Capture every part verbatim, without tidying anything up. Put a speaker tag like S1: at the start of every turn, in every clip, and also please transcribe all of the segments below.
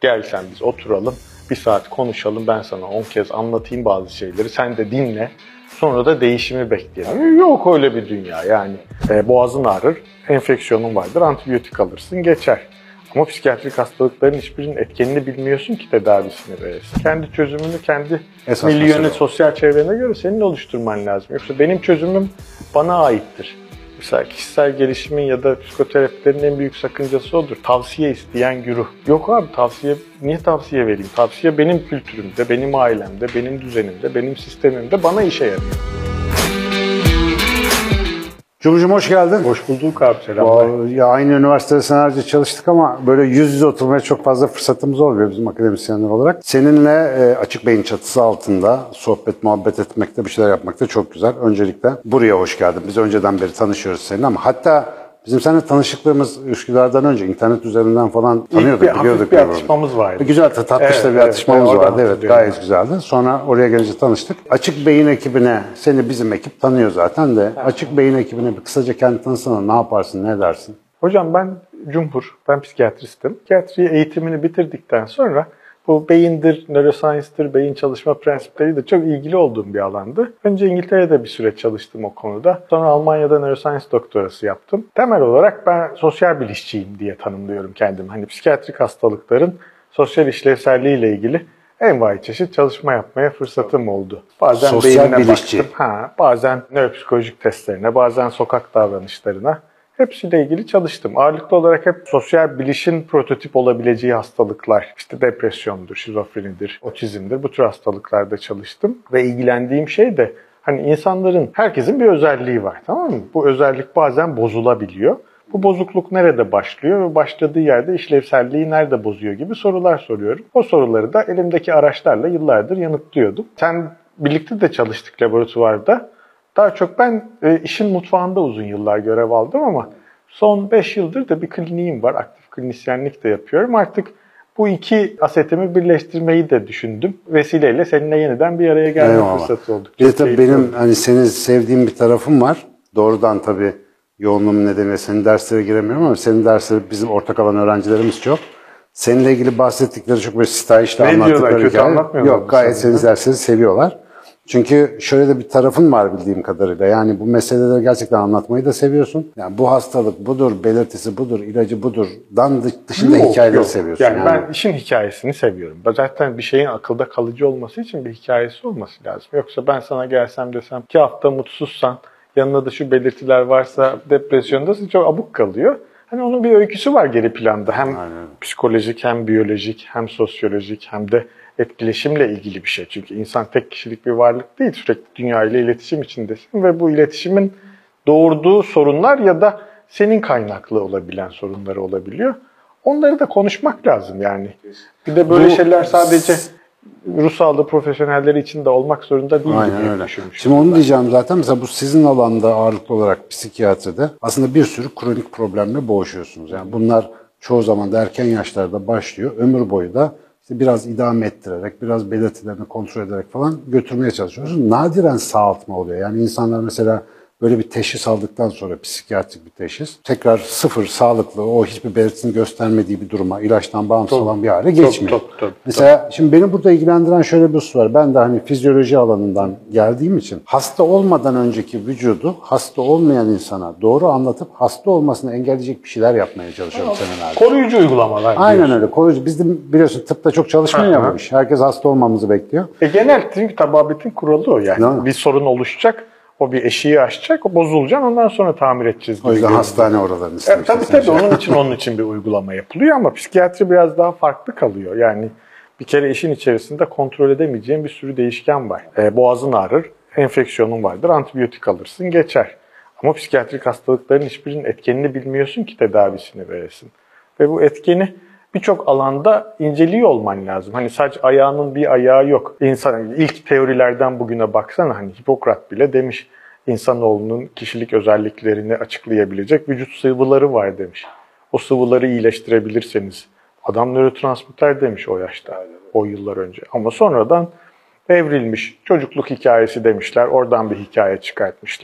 S1: Gel sen biz oturalım, bir saat konuşalım, ben sana on kez anlatayım bazı şeyleri, sen de dinle. Sonra da değişimi bekleyelim. Yok öyle bir dünya yani. E, boğazın ağrır, enfeksiyonun vardır, antibiyotik alırsın, geçer. Ama psikiyatrik hastalıkların hiçbirinin etkenini bilmiyorsun ki tedavisini verirsin. Kendi çözümünü kendi
S2: Esas
S1: milyonu sosyal çevrene göre senin oluşturman lazım. Yoksa benim çözümüm bana aittir. Mesela kişisel gelişimin ya da psikoterapilerin en büyük sakıncası odur. Tavsiye isteyen güruh. Yok abi tavsiye, niye tavsiye vereyim? Tavsiye benim kültürümde, benim ailemde, benim düzenimde, benim sistemimde bana işe yarıyor.
S2: Cumhurcuğum hoş geldin.
S1: Hoş bulduk abi, selamlar.
S2: Ya aynı üniversitede senelerce çalıştık ama böyle yüz yüze oturmaya çok fazla fırsatımız olmuyor bizim akademisyenler olarak. Seninle e, açık beyin çatısı altında sohbet, muhabbet etmekte, bir şeyler yapmakta çok güzel. Öncelikle buraya hoş geldin. Biz önceden beri tanışıyoruz seninle ama hatta bizim seninle tanışıklığımız Üsküdar'dan önce internet üzerinden falan tanıyorduk,
S1: İlk bir,
S2: biliyorduk.
S1: bir atışmamız vardı.
S2: Güzel, tatlış da
S1: evet,
S2: bir atışmamız
S1: evet,
S2: vardı. Evet, gayet güzeldi. Sonra oraya gelince tanıştık. Açık Beyin ekibine, seni bizim ekip tanıyor zaten de. Evet. Açık Beyin ekibine bir kısaca kendini tanısana, ne yaparsın, ne dersin?
S1: Hocam ben Cumhur, ben psikiyatristim. Psikiyatri eğitimini bitirdikten sonra bu beyindir, neuroscience'dır, beyin çalışma prensipleri de çok ilgili olduğum bir alandı. Önce İngiltere'de bir süre çalıştım o konuda. Sonra Almanya'da neuroscience doktorası yaptım. Temel olarak ben sosyal bilişçiyim diye tanımlıyorum kendimi. Hani psikiyatrik hastalıkların sosyal işlevselliği ile ilgili envai çeşit çalışma yapmaya fırsatım oldu. Bazen
S2: sosyal
S1: beynine
S2: bilişçi.
S1: baktım, ha, bazen nöropsikolojik testlerine, bazen sokak davranışlarına. Hepsiyle ilgili çalıştım. Ağırlıklı olarak hep sosyal bilişin prototip olabileceği hastalıklar, işte depresyondur, şizofrenidir, otizmdir, bu tür hastalıklarda çalıştım. Ve ilgilendiğim şey de hani insanların, herkesin bir özelliği var, tamam mı? Bu özellik bazen bozulabiliyor. Bu bozukluk nerede başlıyor ve başladığı yerde işlevselliği nerede bozuyor gibi sorular soruyorum. O soruları da elimdeki araçlarla yıllardır yanıtlıyordum. Sen birlikte de çalıştık laboratuvarda. Daha çok ben e, işin mutfağında uzun yıllar görev aldım ama son beş yıldır da bir kliniğim var. Aktif klinisyenlik de yapıyorum. Artık bu iki asetimi birleştirmeyi de düşündüm. Vesileyle seninle yeniden bir araya gelme
S2: Eyvallah.
S1: fırsatı oldu.
S2: Bir de tabii benim hani seni sevdiğim bir tarafım var. Doğrudan tabii yoğunluğum nedeniyle senin derslere giremiyorum ama senin dersleri bizim ortak alan öğrencilerimiz çok. Seninle ilgili bahsettikleri çok böyle stajda anlattıkları
S1: kötü anlatmıyorlar.
S2: Yok, gayet senin dersleri seviyorlar. Çünkü şöyle de bir tarafın var bildiğim kadarıyla. Yani bu meseleleri gerçekten anlatmayı da seviyorsun. Yani bu hastalık budur, belirtisi budur, ilacı budur. Dan dışında yok, hikayeleri yok. seviyorsun.
S1: Yani, yani ben işin hikayesini seviyorum. Zaten bir şeyin akılda kalıcı olması için bir hikayesi olması lazım. Yoksa ben sana gelsem desem iki hafta mutsuzsan, yanında da şu belirtiler varsa depresyondasın, çok abuk kalıyor. Hani onun bir öyküsü var geri planda. Hem Aynen. psikolojik, hem biyolojik, hem sosyolojik, hem de etkileşimle ilgili bir şey. Çünkü insan tek kişilik bir varlık değil. Sürekli dünya ile iletişim içindesin ve bu iletişimin doğurduğu sorunlar ya da senin kaynaklı olabilen sorunları olabiliyor. Onları da konuşmak lazım yani. Bir de böyle bu, şeyler sadece ruh sağlığı profesyonelleri için de olmak zorunda değil.
S2: Aynen öyle. Şimdi onu diyeceğim zaten. Mesela bu sizin alanda ağırlıklı olarak psikiyatride aslında bir sürü kronik problemle boğuşuyorsunuz. Yani bunlar çoğu zaman da erken yaşlarda başlıyor. Ömür boyu da İşte biraz idame ettirerek, biraz belirtilerini kontrol ederek falan götürmeye çalışıyoruz. Nadiren sağaltma oluyor. Yani insanlar mesela böyle bir teşhis aldıktan sonra, psikiyatrik bir teşhis, tekrar sıfır, sağlıklı, o hiçbir belirtisini göstermediği bir duruma, ilaçtan bağımsız olan bir hale geçmiyor. Top, top, top, mesela top. Şimdi beni burada ilgilendiren şöyle bir husus var. Ben de hani fizyoloji alanından geldiğim için hasta olmadan önceki vücudu hasta olmayan insana doğru anlatıp hasta olmasını engelleyecek bir şeyler yapmaya çalışıyorum senelerce.
S1: Koruyucu uygulamalar.
S2: Aynen diyorsun. Öyle. Koruyucu. Biz de biliyorsun tıpta çok çalışmıyor ya bu iş. Herkes hasta olmamızı bekliyor.
S1: E genel çünkü tabibetin kuralı o yani. Bir sorun oluşacak. O bir eşiği aşacak, o bozulacak, ondan sonra tamir edeceğiz.
S2: O yüzden hastane oralarını istedim.
S1: E, tabii tabii onun için onun için bir uygulama yapılıyor ama psikiyatri biraz daha farklı kalıyor. Yani bir kere işin içerisinde kontrol edemeyeceğin bir sürü değişken var. E, boğazın ağrır, enfeksiyonun vardır, antibiyotik alırsın, geçer. Ama psikiyatrik hastalıkların hiçbirinin etkenini bilmiyorsun ki tedavisini veresin. Ve bu etkeni birçok alanda inceliyor olman lazım. Hani sadece ayağının bir ayağı yok. İnsan, ilk teorilerden bugüne baksana, hani Hipokrat bile demiş insanoğlunun kişilik özelliklerini açıklayabilecek vücut sıvıları var demiş. O sıvıları iyileştirebilirseniz. Adam nörotransmitter demiş o yaşta, o yıllar önce. Ama sonradan evrilmiş çocukluk hikayesi demişler. Oradan bir hikaye çıkartmışlar.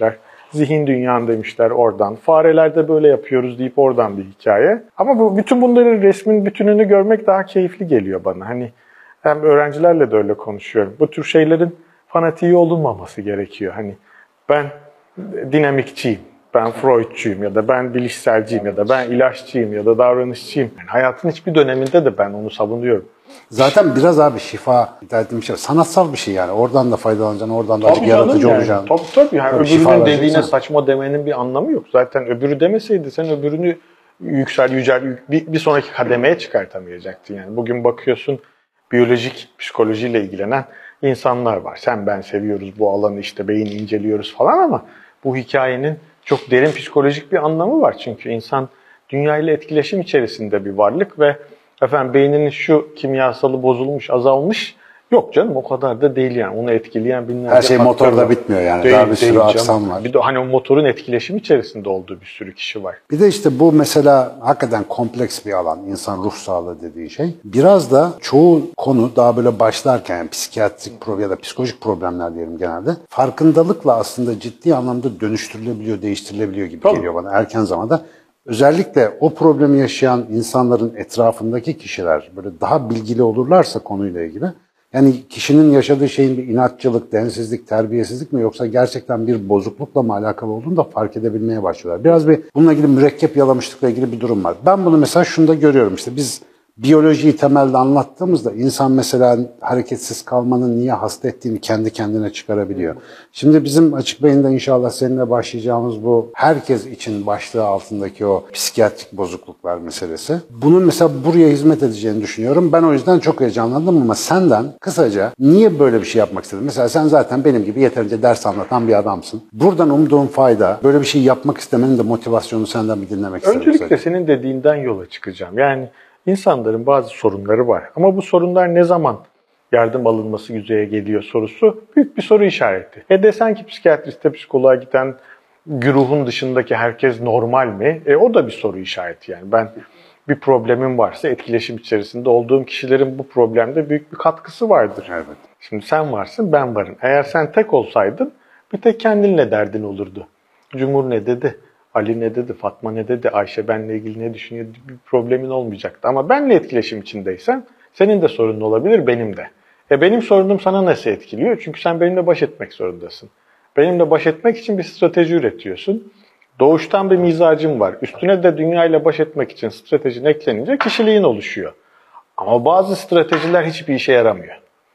S1: Zihin dünyan demişler oradan. Farelerde böyle yapıyoruz deyip oradan bir hikaye. Ama bu bütün bunların resmin bütününü görmek daha keyifli geliyor bana. Hani hem öğrencilerle de öyle konuşuyorum. Bu tür şeylerin fanatiği olunmaması gerekiyor. Hani ben dinamikçiyim, ben Freudçuyum ya da ben bilişselciyim ya da ben ilaççıyım ya da davranışçıyım. Yani hayatın hiçbir döneminde de ben onu savunuyorum.
S2: Zaten biraz abi şifa dediğim şey sanatsal bir şey yani. Oradan da faydalanacaksın, oradan da azıcık yaratıcı
S1: yani.
S2: olacaksın.
S1: Tabii tabii. Yani
S2: Tabii
S1: öbürünün dediğine saçma demenin bir anlamı yok. Zaten öbürü demeseydi sen öbürünü yüksel, yücel, bir, bir sonraki kademeye çıkartamayacaktın. Yani bugün bakıyorsun biyolojik psikolojiyle ilgilenen insanlar var. Sen ben seviyoruz bu alanı işte beyin inceliyoruz falan ama bu hikayenin çok derin psikolojik bir anlamı var. Çünkü insan dünyayla etkileşim içerisinde bir varlık ve efendim beyninin şu kimyasalı bozulmuş, azalmış. Yok canım o kadar da değil yani. Onu etkileyen binlerce
S2: her şey
S1: faktör
S2: motorda
S1: var.
S2: bitmiyor yani.
S1: Değil,
S2: Daha bir sürü
S1: değil
S2: aksam
S1: canım.
S2: var.
S1: Bir de hani o motorun etkileşim içerisinde olduğu bir sürü kişi var.
S2: Bir de işte bu mesela hakikaten kompleks bir alan. İnsan ruh sağlığı dediği şey. Biraz da çoğu konu daha böyle başlarken yani psikiyatrik problem ya da psikolojik problemler diyelim genelde. Farkındalıkla aslında ciddi anlamda dönüştürülebiliyor, değiştirilebiliyor gibi
S1: Tabii.
S2: geliyor bana erken zamanda. Özellikle o problemi yaşayan insanların etrafındaki kişiler böyle daha bilgili olurlarsa konuyla ilgili. Yani kişinin yaşadığı şeyin bir inatçılık, densizlik, terbiyesizlik mi yoksa gerçekten bir bozuklukla mı alakalı olduğunu da fark edebilmeye başlıyorlar. Biraz bir bununla ilgili mürekkep yalamışlıkla ilgili bir durum var. Ben bunu mesela şunda görüyorum işte biz biyolojiyi temelde anlattığımızda insan mesela hareketsiz kalmanın niye hasta ettiğini kendi kendine çıkarabiliyor. Şimdi bizim Açık Beyin'de inşallah seninle başlayacağımız bu herkes için başlığı altındaki o psikiyatrik bozukluklar meselesi. Bunun mesela buraya hizmet edeceğini düşünüyorum. Ben o yüzden çok heyecanlandım ama senden kısaca niye böyle bir şey yapmak istedin? Mesela sen zaten benim gibi yeterince ders anlatan bir adamsın. Buradan umduğun fayda, böyle bir şey yapmak istemenin de motivasyonu senden bir dinlemek istedim.
S1: Öncelikle
S2: kısaca.
S1: senin dediğinden yola çıkacağım. Yani İnsanların bazı sorunları var. Ama bu sorunlar ne zaman yardım alınması yüzeye geliyor sorusu büyük bir soru işareti. E desen ki psikiyatriste, psikoloğa giden güruhun dışındaki herkes normal mi? E o da bir soru işareti yani. Ben bir problemim varsa etkileşim içerisinde olduğum kişilerin bu problemde büyük bir katkısı vardır.
S2: Evet.
S1: Şimdi sen varsın, ben varım. Eğer sen tek olsaydın bir tek kendinle derdin olurdu. Cumhur ne dedi? Ali ne dedi, Fatma ne dedi, Ayşe benle ilgili ne düşünüyor, bir problemin olmayacaktı. Ama benle etkileşim içindeysen senin de sorunun olabilir, benim de. E benim sorunum sana nasıl etkiliyor? Çünkü sen benimle baş etmek zorundasın. Benimle baş etmek için bir strateji üretiyorsun. Doğuştan bir mizacın var. Üstüne de dünyayla baş etmek için stratejin eklenince kişiliğin oluşuyor. Ama bazı stratejiler hiçbir işe yaramıyor.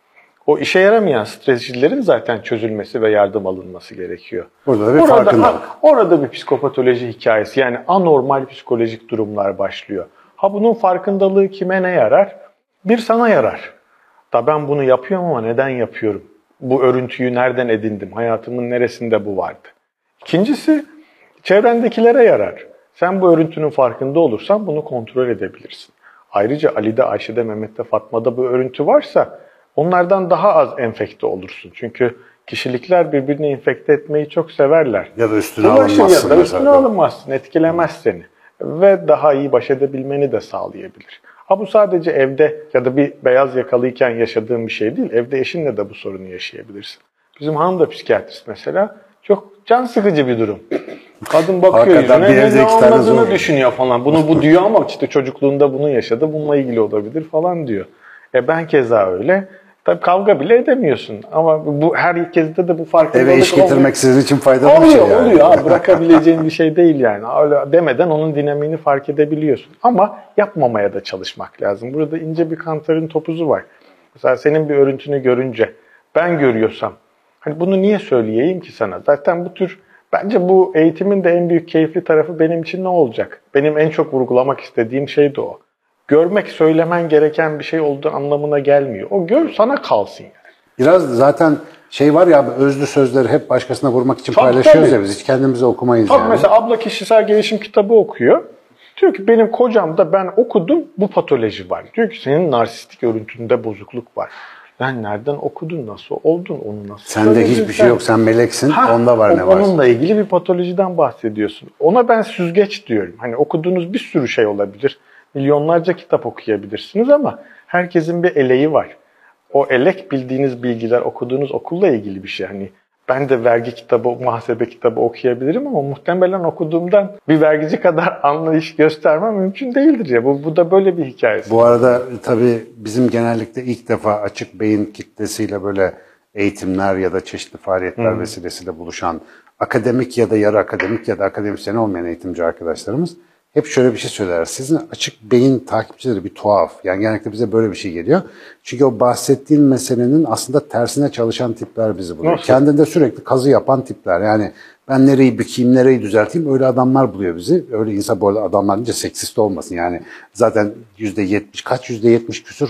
S1: O işe yaramayan stratejilerin zaten çözülmesi ve yardım alınması gerekiyor.
S2: Burada da bir
S1: orada,
S2: farkındalık.
S1: ha, orada bir psikopatoloji hikayesi yani anormal psikolojik durumlar başlıyor. Ha bunun farkındalığı kime ne yarar? Bir sana yarar. Da ben bunu yapıyorum ama neden yapıyorum? Bu örüntüyü nereden edindim? Hayatımın neresinde bu vardı? İkincisi çevrendekilere yarar. Sen bu örüntünün farkında olursan bunu kontrol edebilirsin. Ayrıca Ali'de, Ayşe'de, Mehmet'te, Fatma'da bu örüntü varsa onlardan daha az enfekte olursun. Çünkü kişilikler birbirini infekte etmeyi çok severler.
S2: Ya da üstüne
S1: Bulaşır
S2: alınmazsın
S1: ya da üstüne
S2: mesela.
S1: alınmazsın, etkilemez seni. Ve daha iyi baş edebilmeni de sağlayabilir. Ha bu sadece evde ya da bir beyaz yakalıyken yaşadığın bir şey değil. Evde eşinle de bu sorunu yaşayabilirsin. Bizim hanım da psikiyatrist mesela. Çok can sıkıcı bir durum. Kadın bakıyor
S2: Hakikaten
S1: yüzüne
S2: bir
S1: ne,
S2: evde
S1: ne
S2: iki tane
S1: olmadığını
S2: zor.
S1: düşünüyor falan. Bunu bu diyor ama işte çocukluğunda bunu yaşadı. Bununla ilgili olabilir falan diyor. E ben keza öyle. Tabii kavga bile edemiyorsun. Ama bu herkeste de bu farkındalık
S2: Eve iş getirmek
S1: olmuyor.
S2: sizin için faydalı bir
S1: Oluyor,
S2: şey yani.
S1: oluyor. Abi, bırakabileceğin bir şey değil yani. Öyle demeden onun dinamiğini fark edebiliyorsun. Ama yapmamaya da çalışmak lazım. Burada ince bir kantarın topuzu var. Mesela senin bir örüntünü görünce ben görüyorsam hani bunu niye söyleyeyim ki sana? Zaten bu tür bence bu eğitimin de en büyük keyifli tarafı benim için ne olacak? Benim en çok vurgulamak istediğim şey de o. Görmek, söylemen gereken bir şey olduğu anlamına gelmiyor. O gör sana kalsın yani.
S2: Biraz zaten şey var ya özlü sözleri hep başkasına vurmak için
S1: Tabii,
S2: paylaşıyoruz
S1: tabii.
S2: ya biz hiç kendimize okumayız
S1: Tabii
S2: yani.
S1: mesela abla kişisel gelişim kitabı okuyor. Diyor ki benim kocamda ben okudum bu patoloji var. Diyor ki senin narsistik örüntünde bozukluk var. Ben nereden okudun, nasıl oldun, onu nasıl
S2: Sende
S1: söyledin
S2: hiçbir
S1: sen?
S2: şey yok, sen meleksin,
S1: Ha,
S2: onda var ne var.
S1: Onunla ilgili bir patolojiden bahsediyorsun. Ona ben süzgeç diyorum. Hani okuduğunuz bir sürü şey olabilir. Milyonlarca kitap okuyabilirsiniz ama herkesin bir eleği var. O elek bildiğiniz bilgiler okuduğunuz okulla ilgili bir şey. Hani Ben de vergi kitabı, muhasebe kitabı okuyabilirim ama muhtemelen okuduğumdan bir vergici kadar anlayış göstermem mümkün değildir ya. Bu, bu da böyle bir hikayesi.
S2: Bu arada tabii bizim genellikle ilk defa açık beyin kitlesiyle böyle eğitimler ya da çeşitli faaliyetler hmm. vesilesiyle buluşan akademik ya da yarı akademik ya da akademisyen olmayan eğitimci arkadaşlarımız hep şöyle bir şey söyler. Sizin açık beyin takipçileri bir tuhaf. Yani genellikle bize böyle bir şey geliyor. Çünkü o bahsettiğin meselenin aslında tersine çalışan tipler bizi buluyor. Nasıl? Kendinde sürekli kazı yapan tipler. Yani ben nereyi bükeyim, nereyi düzelteyim öyle adamlar buluyor bizi. Öyle insan bu arada adamlar deyince seksist olmasın. Yani zaten yüzde yetmiş, kaç yüzde yetmiş küsur?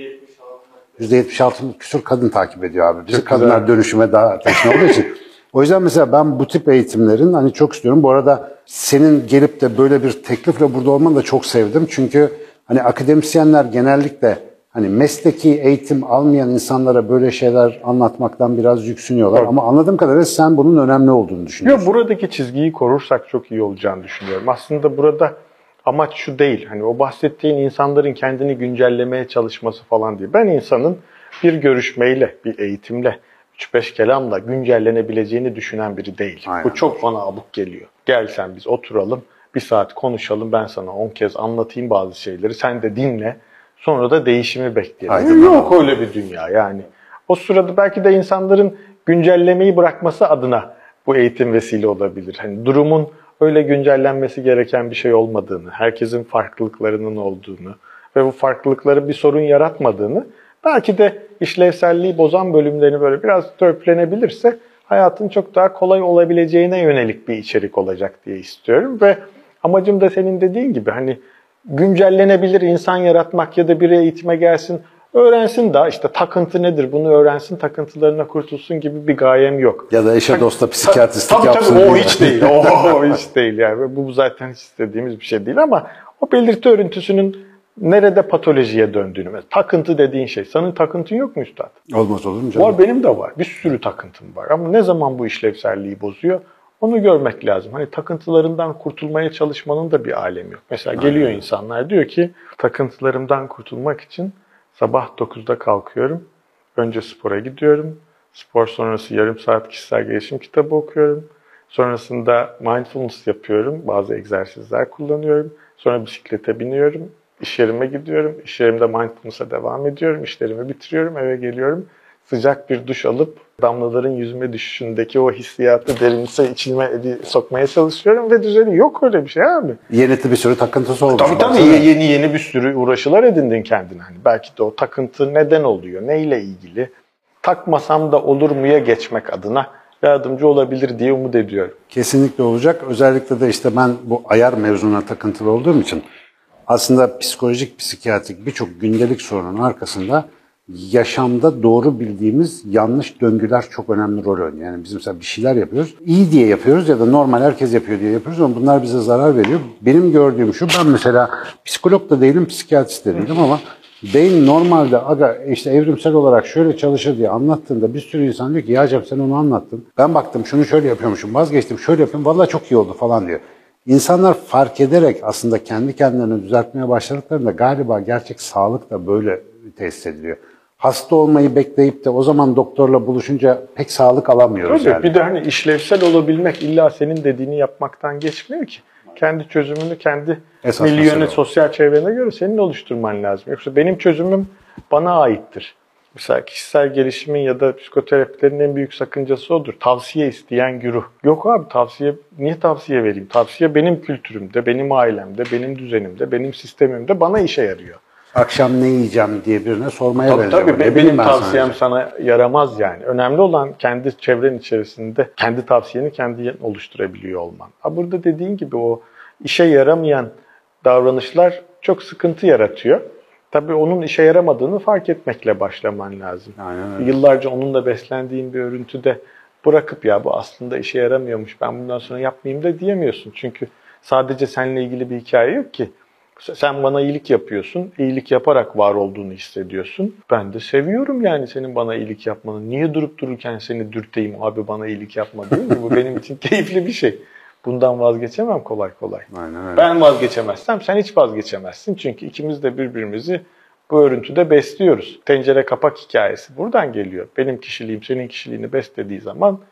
S2: yüzde yetmiş altı küsur kadın takip ediyor abi. Bizi kadınlar güzel. Dönüşüme daha teşne olduğu için. O yüzden mesela ben bu tip eğitimlerin hani çok istiyorum. Bu arada senin gelip de böyle bir teklifle burada olmanı da çok sevdim. Çünkü hani akademisyenler genellikle hani mesleki eğitim almayan insanlara böyle şeyler anlatmaktan biraz yüksünüyorlar. Evet. Ama anladığım kadarıyla sen bunun önemli olduğunu düşünüyorsun.
S1: Yok, buradaki çizgiyi korursak çok iyi olacağını düşünüyorum. Aslında burada amaç şu değil. Hani o bahsettiğin insanların kendini güncellemeye çalışması falan değil. Ben insanın bir görüşmeyle, bir eğitimle, üç beş kelamla güncellenebileceğini düşünen biri değil. Aynen. Bu çok bana abuk geliyor. Gel sen biz oturalım, bir saat konuşalım, ben sana on kez anlatayım bazı şeyleri, sen de dinle, sonra da değişimi bekleyelim. Aynen. Yok öyle bir dünya yani. O sırada belki de insanların güncellemeyi bırakması adına bu eğitim vesile olabilir. Hani durumun öyle güncellenmesi gereken bir şey olmadığını, herkesin farklılıklarının olduğunu ve bu farklılıkları bir sorun yaratmadığını, belki de işlevselliği bozan bölümlerini böyle biraz törpülenebilirse hayatın çok daha kolay olabileceğine yönelik bir içerik olacak diye istiyorum. Ve amacım da senin dediğin gibi hani güncellenebilir insan yaratmak ya da biri eğitime gelsin, öğrensin daha işte takıntı nedir bunu öğrensin, takıntılarına kurtulsun gibi bir gayem yok.
S2: Ya da eşe dosta psikiyatristlik
S1: tabii,
S2: yapsın.
S1: Tabii tabii o hiç değil. O, o hiç değil yani. Bu zaten hiç istediğimiz bir şey değil ama o belirti örüntüsünün nerede patolojiye döndüğünü. Mesela takıntı dediğin şey. Senin takıntın yok mu üstad?
S2: Olmaz olur mu canım?
S1: Var, benim de var. Bir sürü takıntım var. Ama ne zaman bu işlevselliği bozuyor? Onu görmek lazım. Hani takıntılarından kurtulmaya çalışmanın da bir alemi yok. Mesela geliyor Aynen. insanlar diyor ki takıntılarımdan kurtulmak için sabah dokuzda kalkıyorum. Önce spora gidiyorum. Spor sonrası yarım saat kişisel gelişim kitabı okuyorum. Sonrasında mindfulness yapıyorum. Bazı egzersizler kullanıyorum. Sonra bisiklete biniyorum. İş yerime gidiyorum. İş yerimde mindfulness'a devam ediyorum. İşlerimi bitiriyorum. Eve geliyorum. Sıcak bir duş alıp damlaların yüzüme düşüşündeki o hissiyatı derinse içime sokmaya çalışıyorum ve düzeliyor. Yok öyle bir şey abi.
S2: Yeni bir sürü takıntısı olmuş.
S1: Tabii tabii yeni, yeni yeni bir sürü uğraşılar edindin kendine. Hani belki de o takıntı neden oluyor, neyle ilgili? Takmasam da olur muya geçmek adına yardımcı olabilir diye umut ediyorum.
S2: Kesinlikle olacak. Özellikle de işte ben bu ayar mevzuna takıntılı olduğum için aslında psikolojik, psikiyatrik birçok gündelik sorunun arkasında yaşamda doğru bildiğimiz yanlış döngüler çok önemli rol oynuyor. Yani biz mesela bir şeyler yapıyoruz, iyi diye yapıyoruz ya da normal herkes yapıyor diye yapıyoruz ama bunlar bize zarar veriyor. Benim gördüğüm şu, ben mesela psikolog da değilim, psikiyatrist de değilim ama beyin normalde aga işte evrimsel olarak şöyle çalışır diye anlattığında bir sürü insan diyor ki ya Cem sen onu anlattın. Ben baktım şunu şöyle yapıyormuşum, vazgeçtim şöyle yapıyorum, vallahi çok iyi oldu falan diyor. İnsanlar fark ederek aslında kendi kendilerini düzeltmeye başladıklarında galiba gerçek sağlık da böyle tesis ediliyor. Hasta olmayı bekleyip de o zaman doktorla buluşunca pek sağlık alamıyoruz.
S1: Tabii,
S2: yani.
S1: Bir de hani işlevsel olabilmek illa senin dediğini yapmaktan geçmiyor ki. Kendi çözümünü kendi
S2: Esas
S1: milyonu sosyal çevrene göre senin oluşturman lazım. Yoksa benim çözümüm bana aittir. Mesela kişisel gelişimin ya da psikoterapilerin en büyük sakıncası odur. Tavsiye isteyen güruh. Yok abi tavsiye, niye tavsiye vereyim? Tavsiye benim kültürümde, benim ailemde, benim düzenimde, benim sistemimde bana işe yarıyor.
S2: Akşam ne yiyeceğim diye birine sormaya
S1: tabii,
S2: benziyor.
S1: Tabii benim, benim tavsiyem sana yaramaz yani. Önemli olan kendi çevren içerisinde kendi tavsiyeni kendi oluşturabiliyor olman. Ha burada dediğin gibi o işe yaramayan davranışlar çok sıkıntı yaratıyor. Tabii onun işe yaramadığını fark etmekle başlaman lazım.
S2: Aynen öyle.
S1: Yıllarca onunla beslendiğin bir örüntüde bırakıp ya bu aslında işe yaramıyormuş ben bundan sonra yapmayayım da diyemiyorsun. Çünkü sadece seninle ilgili bir hikaye yok ki. Sen bana iyilik yapıyorsun, iyilik yaparak var olduğunu hissediyorsun. Ben de seviyorum yani senin bana iyilik yapmanı. Niye durup dururken seni dürteyim abi bana iyilik yapma değil mi? Bu benim için keyifli bir şey. Bundan vazgeçemem kolay kolay.
S2: Aynen öyle.
S1: Ben vazgeçemezsem sen hiç vazgeçemezsin. Çünkü ikimiz de birbirimizi bu örüntüde besliyoruz. Tencere kapak hikayesi buradan geliyor. Benim kişiliğim senin kişiliğini beslediği zaman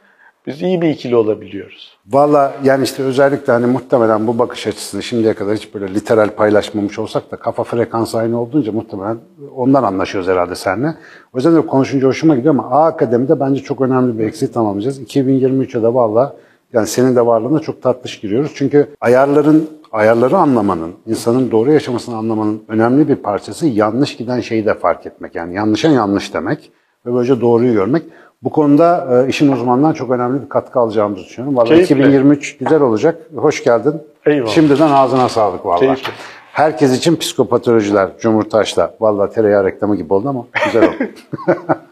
S1: Biz iyi bir ikili olabiliyoruz.
S2: Valla yani işte özellikle hani muhtemelen bu bakış açısını şimdiye kadar hiç böyle literal paylaşmamış olsak da kafa frekansı aynı olduğunca muhtemelen ondan anlaşıyoruz herhalde seninle. O yüzden de konuşunca hoşuma gidiyor ama A Akademi'de bence çok önemli bir eksiği tamamlayacağız. iki bin yirmi üçe de valla yani senin de varlığına çok tatlış giriyoruz. Çünkü ayarların ayarları anlamanın, insanın doğru yaşamasını anlamanın önemli bir parçası yanlış giden şeyi de fark etmek. Yani yanlışa yanlış demek ve böylece doğruyu görmek. Bu konuda e, işin uzmanından çok önemli bir katkı alacağımızı düşünüyorum. Vallahi
S1: Keyifli.
S2: iki bin yirmi üç güzel olacak. Hoş geldin.
S1: Eyvallah.
S2: Şimdiden ağzına sağlık vallahi.
S1: Keyifli.
S2: Herkes için psikopatolojiler, Cumhurtaş'la. Vallahi tereyağı reklamı gibi oldu ama güzel oldu.